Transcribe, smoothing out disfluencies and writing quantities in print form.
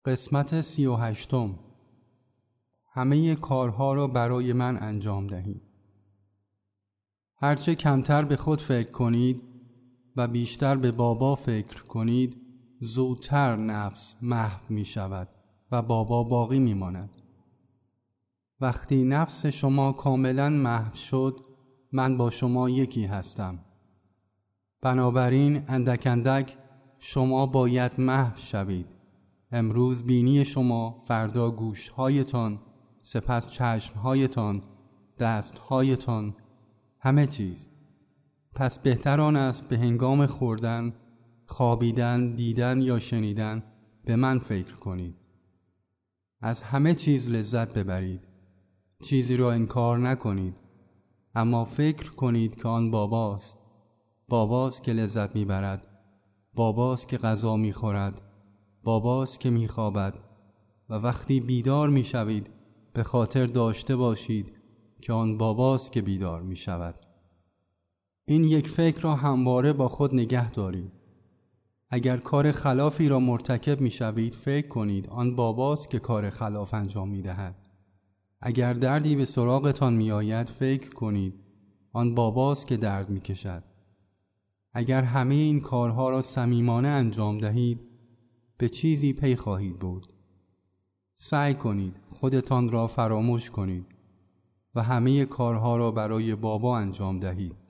قسمت 38. همه کارها را برای من انجام دهید. هرچه کمتر به خود فکر کنید و بیشتر به بابا فکر کنید، زودتر نفس محو می شود و بابا باقی می ماند. وقتی نفس شما کاملا محو شد، من با شما یکی هستم. بنابراین اندک اندک شما باید محو شوید. امروز بینی شما، فردا گوشهایتان، سپس چشمهایتان، دستهایتان، همه چیز. پس بهتر آن است به هنگام خوردن، خوابیدن، دیدن یا شنیدن به من فکر کنید. از همه چیز لذت ببرید. چیزی را انکار نکنید، اما فکر کنید که آن باباست. باباست که لذت میبرد. باباست که غذا میخورد. باباست که میخوابد. و وقتی بیدار میشوید به خاطر داشته باشید که آن باباست که بیدار میشود. این یک فکر را همواره با خود نگه دارید. اگر کار خلافی را مرتکب میشوید، فکر کنید آن باباست که کار خلاف انجام میدهد. اگر دردی به سراغتان میآید، فکر کنید آن باباست که درد میکشد. اگر همه این کارها را صمیمانه انجام دهید، به چیزی پی خواهید برد. سعی کنید خودتان را فراموش کنید و همه کارها را برای بابا انجام دهید.